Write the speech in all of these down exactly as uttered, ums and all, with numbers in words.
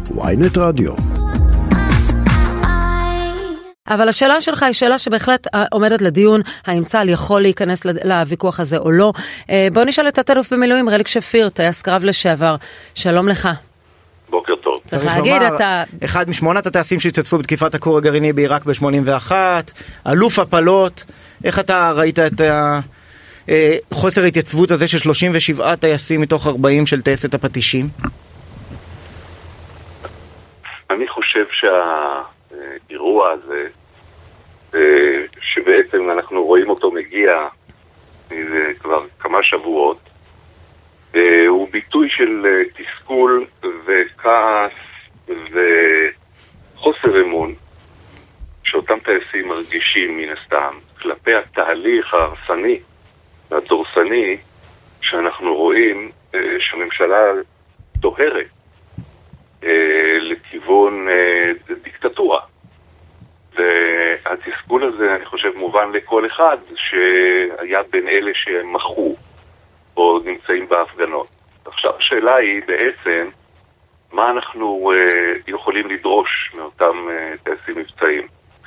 וויינט רדיו. אבל השאלה שלך היא שאלה שבהחלט עומדת לדיון, האם צה"ל יכול להיכנס לוויכוח הזה או לא. בוא נשאל את התת-אלוף במילואים רליק שפיר, טייס קרב לשעבר. שלום לך. בוקר טוב. צריך להגיד, אתה... אחד משמונת הטייסים שהשתתפו בתקיפת הכור הגרעיני בעיראק ב-שמונים ואחת, אלוף הפלות. איך אתה ראית את חוסר התייצבות הזה של שלושים ושבעה טייסים מתוך ארבעים של טייסת הפטישים? אני חושב שהאירוע הזה, שבעצם אנחנו רואים אותו מגיע כבר כמה שבועות, הוא ביטוי של תסכול וכעס וחוסר אמון שאותם טייסים מרגישים מן הסתם כלפי התהליך ההרסני והדורסני שאנחנו רואים שהממשלה דוהרת לכיוון דיקטטורה. והתסכול הזה, אני חושב, מובן לכל אחד שהיה בין אלה שמחו או נמצאים בהפגנות. עכשיו השאלה היא בעצם מה אנחנו יכולים לדרוש מאותם טייסים מבצעים.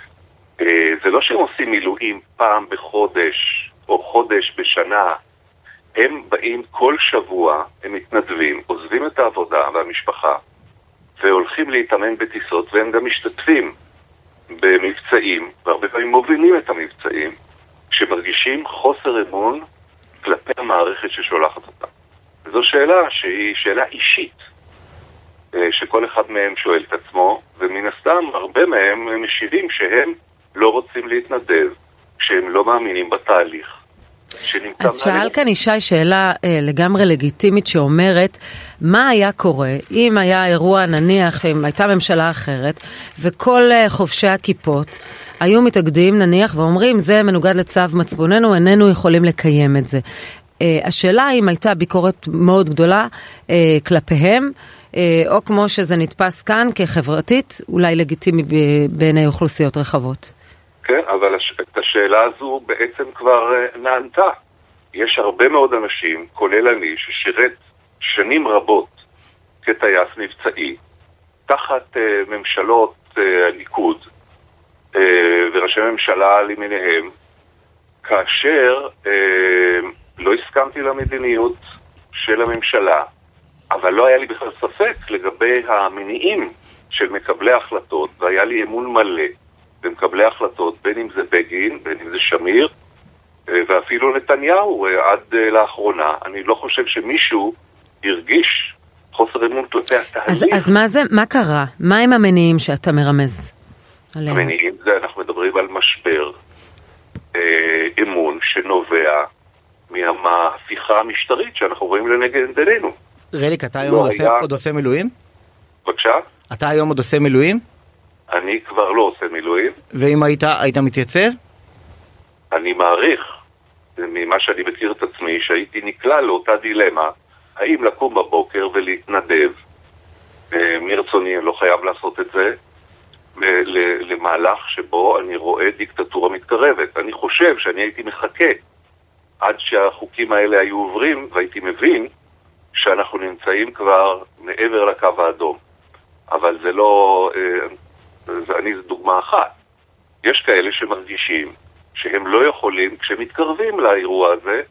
זה לא שהם עושים מילואים פעם בחודש או חודש בשנה. הם באים כל שבוע, הם מתנדבים, עוזבים את העבודה והמשפחה והולכים להתאמן בטיסות, והם גם משתתפים במבצעים, והרבה פעמים מובילים את המבצעים, שמרגישים חוסר אמון כלפי המערכת ששולחת אותה. וזו שאלה שהיא שאלה אישית, שכל אחד מהם שואל את עצמו, ומן הסתם הרבה מהם משיבים שהם לא רוצים להתנדב, שהם לא מאמינים בתהליך. אז שאל כאן ישי שאלה אה, לגמרי לגיטימית שאומרת מה היה קורה אם היה אירוע, נניח אם הייתה ממשלה אחרת וכל אה, חובשי הכיפות היו מתאגדים נניח ואומרים זה מנוגד לצו מצפוננו, איננו יכולים לקיים את זה. אה, השאלה אם הייתה ביקורת מאוד גדולה אה, כלפיהם אה, או כמו שזה נתפס כאן כחברתית אולי לגיטימי בעיני אוכלוסיות רחבות. כן, אבל את השאלה הזו בעצם כבר נענתה. יש הרבה מאוד אנשים, כולל אני, ששירת שנים רבות כטייס מבצעי, תחת uh, ממשלות uh, הליכוד uh, וראשי ממשלה למיניהם, כאשר uh, לא הסכמתי למדיניות של הממשלה, אבל לא היה לי בכלל ספק לגבי המניעים של מקבלי ההחלטות, והיה לי אמון מלא במקבלי החלטות, בין אם זה בגין, בין אם זה שמיר, ואפילו נתניהו עד לאחרונה. אני לא חושב שמישהו הרגיש חוסר אמון כלפי התהליך. אז, אז מה זה, מה קרה? מה הם המניעים שאתה מרמז עליהם? המניעים זה, אנחנו מדברים על משבר אה, אמון שנובע מההפיכה המשטרית שאנחנו רואים לנגד עינינו. רליק, אתה היום לא עוד, היה... עושה, עוד עושה מילואים? בבקשה? אתה היום עוד עושה מילואים? אני כבר לא עושה מילואים. ואם היית, היית מתייצב? אני מעריך, ממה שאני מכיר את עצמי, שהייתי נקלע לאותה דילמה, האם לקום בבוקר ולהתנדב, מרצוני, אני לא חייב לעשות את זה, למהלך שבו אני רואה דיקטטורה מתקרבת. אני חושב שאני הייתי מחכה עד שהחוקים האלה היו עוברים, והייתי מבין שאנחנו נמצאים כבר מעבר לקו האדום. אבל זה לא... אני זו דוגמה אחת. יש כאלה שמרגישים שהם לא יכולים, כשמתקרבים לאירוע הזה,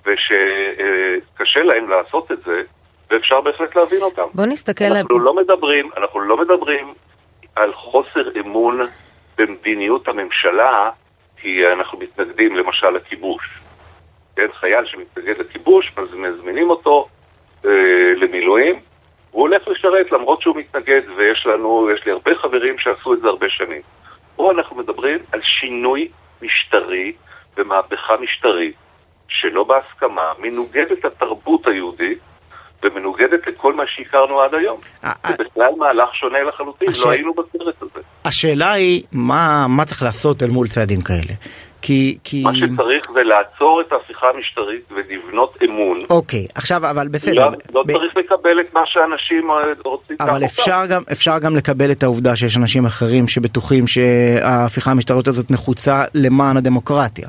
ושקשה להם לעשות את זה, ואפשר בהחלט להבין אותם. בוא נסתכל... אנחנו לא מדברים, אנחנו לא מדברים על חוסר אמון במדיניות הממשלה, כי אנחנו מתנגדים למשל לכיבוש. כן, חייל שמתנגד לכיבוש, אז מזמינים אותו אה, למילואים, הוא הולך לשרת למרות שהוא מתנגד, ויש לנו, יש לי הרבה חברים שעשו את זה הרבה שנים. פה אנחנו מדברים על שינוי משטרי ומהפכה משטרית, שלא בהסכמה, מנוגדת לתרבות היהודית, ומנוגדת לכל מה שהכרנו עד היום. זה בכלל מהלך שונה לחלוטין, לא היינו בסרט הזה. השאלה היא, מה צריך לעשות אל מול צעדים כאלה? כי, כי... מה שצריך זה לעצור את ההפיכה המשטרית ולבנות אמון. אוקיי, עכשיו, אבל בסדר. לא, לא ב... צריך לקבל את מה שאנשים רוצים. אבל אפשר גם, אפשר גם לקבל את העובדה שיש אנשים אחרים שבטוחים שההפיכה המשטרית הזאת נחוצה למען הדמוקרטיה.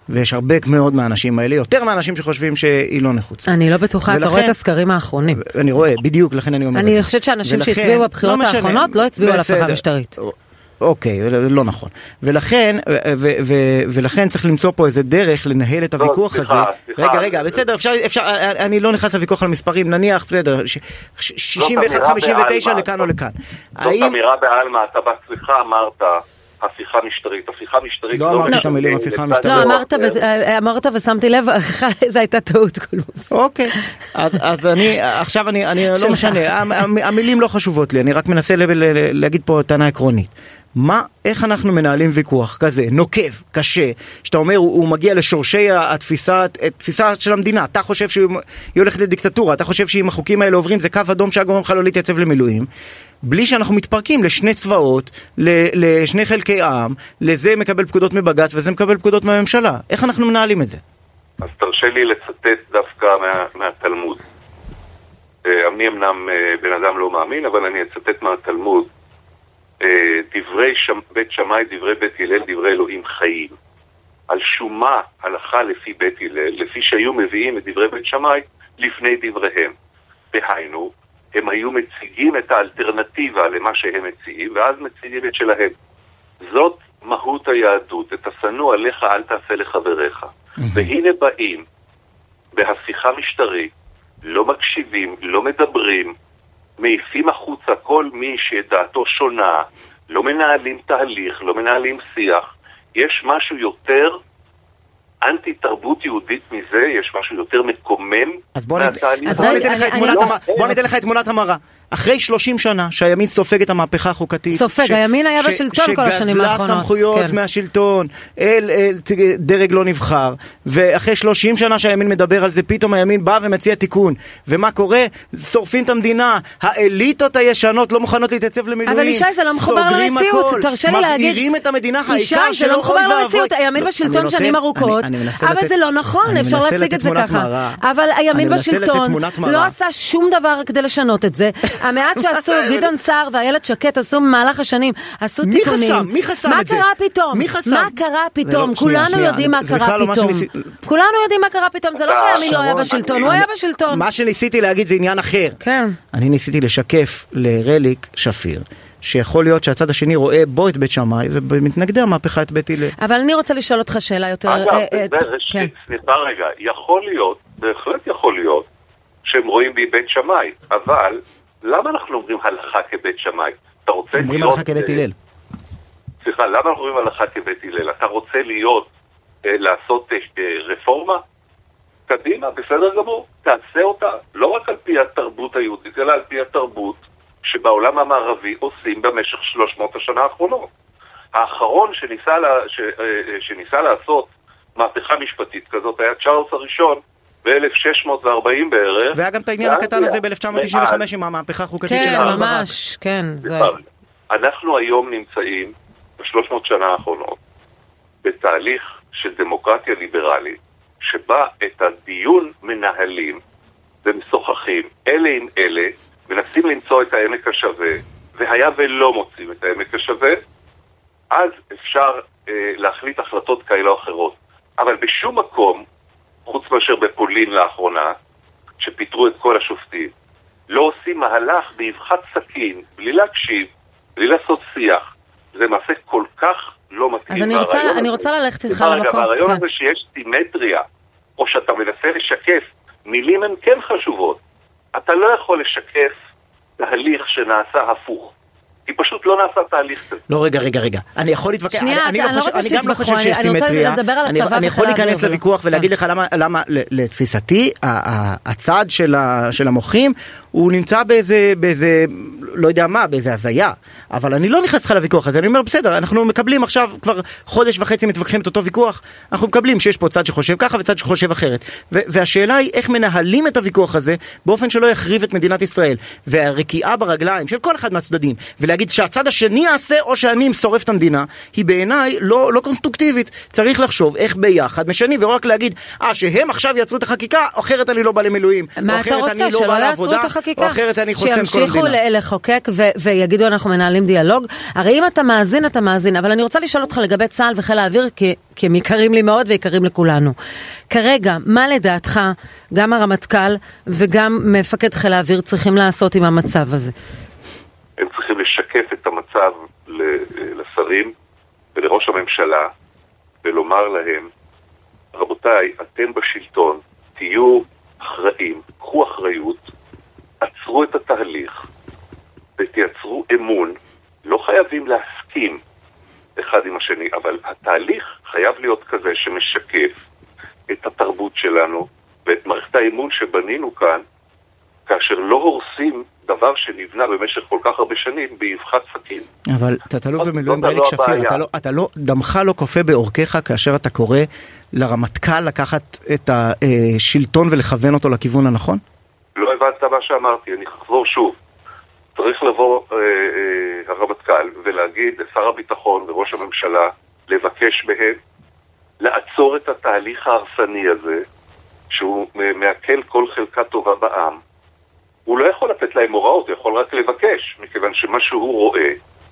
ויש הרבה מאוד מהאנשים האלה, יותר מהאנשים שחושבים שהיא לא נחוצה. אני לא בטוחה, אתה רואה את הסקרים האחרונים. אני רואה, בדיוק, לכן אני אומר את זה. אני חושבת שאנשים שהצביעו בבחירות האחרונות לא הצביעו על הפיכה משטרית. אוקיי, לא נכון. ולכן, ולכן צריך למצוא פה איזה דרך לנהל את הוויכוח הזה. רגע, רגע, בסדר, אפשר, אני לא נכנס לוויכוח על מספרים, נניח, בסדר, שישים ואחת חמישים ותשע לכאן או לכאן. זאת אמירה בעלמא, אתה בעצמך אמרת, הפיכה משטרית, הפיכה משטרית. לא אמרתי את המילים הפיכה משטרית. לא, אמרת ושמתי לב, זו הייתה טעות קולמוס. אוקיי, אז אני, עכשיו אני לא משנה, המילים לא חשובות לי, אני רק מנסה להגיד פה טענה עקרונית. מה, איך אנחנו מנהלים ויכוח כזה, נוקב, קשה, שאתה אומר, הוא, הוא מגיע לשורשי התפיסה, התפיסה של המדינה, אתה חושב שהיא הולכת לדיקטטורה, אתה חושב שאם החוקים האלה עוברים, זה קו אדום שהגורם לך לא להתייצב למילואים, בלי שאנחנו מתפרקים לשני צבאות, לשני חלקי עם, לזה מקבל פקודות מבג"ץ, וזה מקבל פקודות מהממשלה. איך אנחנו מנהלים את זה? אז תרשה לי לצטט דווקא מה, מהתלמוד. אני אמנם בן אדם לא מאמין, אבל אני אצטט מהתלמוד, דברי שם, בית שמאי, דברי בית הלל, דברי אלוהים חיים. על שומה הלכה לפי בית הלל, לפי שהיו מביאים את דברי בית שמאי לפני דבריהם. בהיינו, הם היו מציגים את האלטרנטיבה למה שהם מציעים, ואז מציגים את שלהם. זאת מהות היהדות, את השנוא עליך אל תעשה לחבריך. והנה באים, בהפיכה משטרית, לא מקשיבים, לא מדברים, מעיפים החוצה כל מי שדעתו שונה, לא מנהלים תהליך, לא מנהלים שיח. יש משהו יותר אנטי תרבות יהודית מזה, יש משהו יותר מקומם. אז בוא ניתן לך את תמונת המראה. אחרי שלושים שנה שהימין סופג את המהפכה החוקתית, סופג, הימין היה בשלטון כל השנים האחרונות, שגזלה סמכויות מהשלטון אל דרג לא נבחר, ואחרי שלושים שנה שהימין מדבר על זה, פתאום הימין בא ומציע תיקון, ומה קורה? שורפים את המדינה, האליטות הישנות לא מוכנות להתייצב למילואים, אבל ישי זה לא מחובר למציאות, תרשה לי להגיד, מבעירים את המדינה, ישי זה לא מחובר למציאות, הימין בשלטון שנים ארוכות, אבל זה לא נכון, אפשר להציג את זה ככה, אבל הימין בשלטון לא עשה שום דבר כדי לשנות את זה. המעט שעשו, גדעון סער ואיילת שקד עשו במהלך השנים, עשו תיקונים. מי חסם? מה קרה פתאום? מה קרה פתאום? כולנו יודעים מה קרה פתאום. כולנו יודעים מה קרה פתאום. זה לא שהימין לא היה בשלטון, הוא היה בשלטון. מה שניסיתי להגיד זה עניין אחר. כן. אני ניסיתי לשקף לרליק שפיר, שיכול להיות שהצד השני רואה בו את בית שמאי, ומתנגדי המהפכה את בית הלל. אבל אני רוצה לשאול אותך שאלה יותר... אגב, סליחה רגע, יכול להיות, בהחלט יכול להיות, שהם רואים בי בית שמאי, אבל למה אנחנו אומרים הלכה כבית שמאי? אתה רוצה להיות... אומרים הלכה כבית הלל. סליחה, למה אנחנו אומרים הלכה כבית הלל? אתה רוצה להיות, לעשות רפורמה? קדימה, בסדר גמור, תעשה אותה, לא רק על פי התרבות היהודית, אלא על פי התרבות שבעולם המערבי עושים במשך שלוש מאות השנה האחרונות. האחרון שניסה, לה, ש, שניסה לעשות מהפכה משפטית כזאת היה צ'ארלס הראשון, ב-אלף שש מאות וארבעים בערך. והיה גם את העניין הקטן הזה ב-אלף תשע מאות תשעים וחמש עם המהפכה החוקתית של הרב ברק. כן, ממש, כן. אנחנו היום נמצאים ב-שלוש מאות שנה האחרונות בתהליך של דמוקרטיה ליברלית, שבה את הדיון מנהלים ומשוחחים אלה עם אלה, מנסים למצוא את העמק השווה, והיה ולא מוצאים את העמק השווה, אז אפשר אה, להחליט החלטות כאלה או אחרות. אבל בשום מקום, חוץ מאשר בפולין לאחרונה, שפיטרו את כל השופטים, לא עושים מהלך באבחת סכין, בלי להקשיב, בלי לעשות שיח. זה מעשה כל כך לא מתאים. אז אני רוצה, אני רוצה ללכת איתך למקום. הרעיון הזה שיש סימטריה, או שאתה מנסה לשקף, מילים הן כן חשובות. אתה לא יכול לשקף תהליך שנעשה הפוך. כי פשוט לא נעשה תהליך כזה. לא, רגע, רגע, רגע. אני יכול להתווכח, שנייה, אני גם לא חושב שיש סימטריה. אני רוצה לדבר על הצבא אני יכול להיכנס לוויכוח ולהגיד לך למה, לתפיסתי, הצד של המוחים, הוא נמצא באיזה, באיזה, לא יודע מה, באיזה הזיה. אבל אני לא נכנס לך לוויכוח הזה, אני אומר, בסדר, אנחנו מקבלים עכשיו, כבר חודש וחצי מתווכחים את אותו ויכוח, אנחנו מקבלים שיש פה צד שחושב ככה וצד שחושב אחרת. והשאלה היא איך מנהלים את הוויכוח הזה, באופן שלא יחריב את מדינת ישראל. והרקיעה ברגליים של כל אחד מהצדדים, ולהגיד שהצד השני יעשה או שאני שורף את המדינה, היא בעיניי לא, לא קונסטרוקטיבית. צריך לחשוב איך ביחד משנים, ורק להגיד, אה, שהם עכשיו יצרו את החקיקה, אחרת אני לא בא למילואים, או אחרת אני לא בא לעבודה, או אחרת אני חוסם כל המדינה. שימשיכו לחוקק ו- ויגידו אנחנו מנהלים דיאלוג. הרי אם אתה מאזין, אתה מאזין. אבל אני רוצה לשאול אותך לגבי צה"ל וחיל האוויר, כי, כי הם יקרים לי מאוד ויקרים לכולנו. כרגע, מה לדעתך גם הרמטכ"ל וגם מפקד חיל האוויר צריכים לעשות עם המצב הזה? הם צריכים לשקף את המצב לשרים ולראש הממשלה ולומר להם, רבותיי, אתם בשלטון, תהיו אחראים, קחו אחריות, עצרו את התהליך ותייצרו אמון. לא חייבים להסכים אחד עם השני, אבל התהליך חייב להיות כזה שמשקף את התרבות שלנו ואת מערכת האמון שבנינו כאן, כאשר לא הורסים דבר שנבנה במשך כל כך הרבה שנים באבחת סכין. אבל תת-אלוף במילואים בריק שפיר, אתה לא, אתה לא, דמך לא כופה באורכך כאשר אתה קורא לרמטכ"ל לקחת את השלטון ולכוון אותו לכיוון הנכון? לא הבנת מה שאמרתי, אני אחזור שוב. צריך לבוא אה, אה, הרמטכ"ל ולהגיד לשר הביטחון וראש הממשלה, לבקש בהם, לעצור את התהליך ההרסני הזה, שהוא מעכל כל חלקה טובה בעם. הוא לא יכול לתת להם הוראות, הוא יכול רק לבקש, מכיוון שמה שהוא רואה,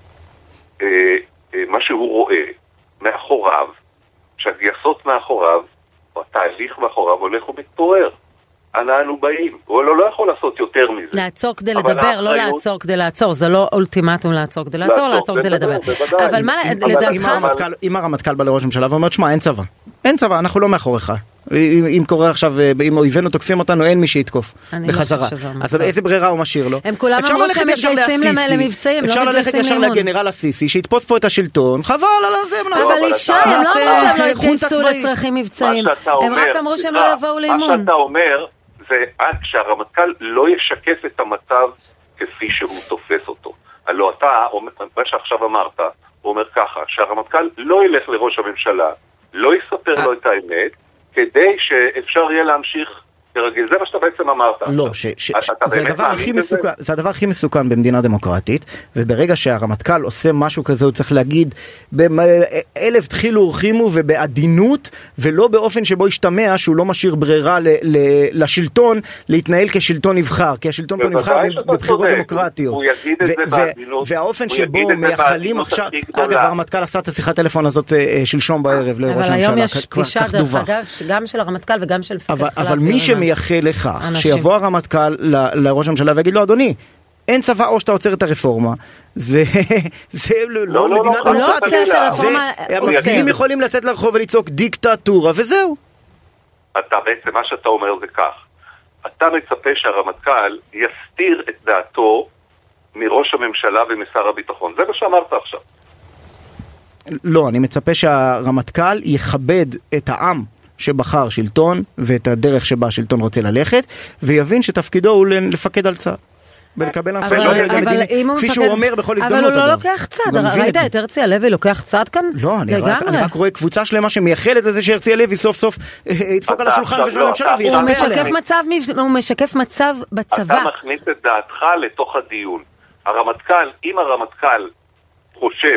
אה, אה, מה שהוא רואה מאחוריו, שהגייסות מאחוריו, או התהליך מאחוריו הולך ומתפורר. אנה אנו באים? הוא לא, לא יכול לעשות יותר מזה. לעצור כדי לדבר, לא לעצור כדי לעצור. זה לא אולטימטום לעצור כדי לעצור, לעצור כדי לדבר. אבל מה לדעתך? אם הרמטכ"ל בא לראש הממשלה ואומר, שמע, אין צבא. אין צבא, אנחנו לא מאחוריך. אם קורה עכשיו, אם אויבינו תוקפים אותנו, אין מי שיתקוף בחזרה. אז איזה ברירה הוא משאיר לו? הם כולם אמרו שהם מתגייסים למבצעים, אפשר ללכת ישר לגנרל הסיסי, שיתפוס פה את השלטון, חבל על זה. אבל אישה, הם לא אמרו שהם לא התגייסו לצרכים מבצעים. הם רק אמרו שהם לא יבואו לאימון. מה שאתה אומר, זה עד שהרמטכ"ל לא ישקף את המצב כפי שהוא תופס אותו. הלוא אתה, מה שעכשיו אמרת, הוא אומר ככה, שהרמטכ"ל לא ילך לראש הממשלה, לא יספר לו את האמת, כדי שאפשר יהיה להמשיך כרגיל. זה מה שאתה בעצם אמרת. לא, זה הדבר הכי מסוכן במדינה דמוקרטית, וברגע שהרמטכ"ל עושה משהו כזה, הוא צריך להגיד, באלף תחילו ורחימו ובעדינות, ולא באופן שבו ישתמע שהוא לא משאיר ברירה לשלטון להתנהל כשלטון נבחר, כי השלטון פה נבחר בבחירות דמוקרטיות. הוא יגיד את זה בעדינות. והאופן שבו מייחלים עכשיו, אגב, הרמטכ"ל עשה את השיחת טלפון הזאת שלשום בערב לראש הממשלה. אבל היום יש פגישה דרך אגב, גם של הרמטכ"ל וגם של מפקד חיל האוויר. אבל מי שמייחל לכך, שיבוא הרמטכ"ל לראש הממשלה ויגיד לו, אדוני, אין צבא או שאתה עוצר את הרפורמה, זה לא מדינה דמוקרטית. המפגינים יכולים לצאת לרחוב ולצעוק דיקטטורה, וזהו. אתה בעצם, מה שאתה אומר זה כך, אתה מצפה שהרמטכ"ל יסתיר את דעתו מראש הממשלה ומשר הביטחון. זה מה שאמרת עכשיו. לא, אני מצפה שהרמטכ"ל יכבד את העם שבחר שלטון ואת הדרך שבה השלטון רוצה ללכת, ויבין שתפקידו הוא לפקד על צה"ל. ולקבל הנחיות כפי שהוא אומר בכל הזדמנות. אבל הוא לא לוקח צד, ראית את הרצי הלוי לוקח צד כאן? לא, אני רק רואה קבוצה שלמה שמייחלת לזה שהרצי הלוי סוף סוף ידפוק על השולחן ושל הממשלה ויחפה עליהם. הוא משקף מצב בצבא. אתה מכניס את דעתך לתוך הדיון. הרמטכ"ל, אם הרמטכ"ל חושב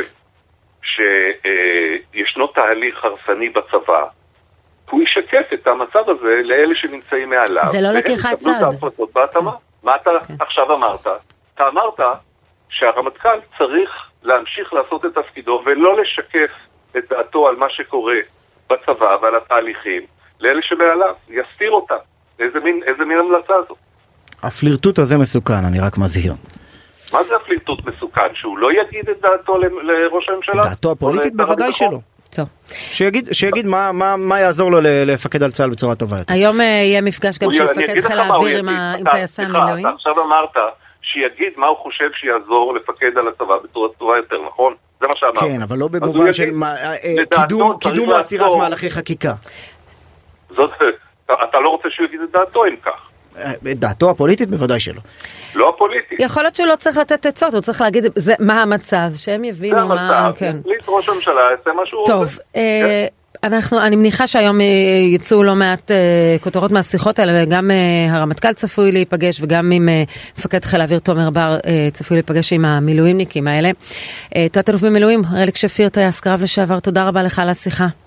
שישנו תהליך הרסני בצבא, הוא ישקף את המצב הזה לאלה שנמצאים מעליו. זה לא לקיחת צד. מה אתה עכשיו אמרת? אתה אמרת שהרמטכ"ל צריך להמשיך לעשות את תפקידו ולא לשקף את דעתו על מה שקורה בצבא ועל התהליכים לאלה שמעליו, יסתיר אותם. איזה מין, איזה מין המלצה זו? הפלירטוט הזה מסוכן, אני רק מזהיר. מה זה הפלירטוט מסוכן? שהוא לא יגיד את דעתו לראש הממשלה? דעתו הפוליטית בוודאי שלא. שיגיד, שיגיד מה, מה, מה יעזור לו לפקד על צה"ל בצורה טובה יותר. היום יהיה מפגש גם של מפקד חיל האוויר עם טייסי המילואים. אתה עכשיו אמרת שיגיד מה הוא חושב שיעזור לפקד על הצבא בצורה טובה יותר, נכון? זה מה שאמרת. כן, אבל לא במובן של קידום ועצירת מהלכי חקיקה. זאת, אתה לא רוצה שהוא יגיד את דעתו אם כך. דעתו הפוליטית בוודאי שלא. לא הפוליטית. יכול להיות שהוא לא צריך לתת עצות, הוא צריך להגיד מה המצב, שהם יבינו מה... זה המצב, פליט ראש הממשלה, זה מה שהוא... טוב, אנחנו, אני מניחה שהיום יצאו לא מעט כותרות מהשיחות האלה, וגם הרמטכ"ל צפוי להיפגש, וגם עם מפקד חיל האוויר תומר בר צפוי להיפגש עם המילואימניקים האלה. תת-אלוף במילואים, רליק שפיר, טייס קרב לשעבר, תודה רבה לך על השיחה.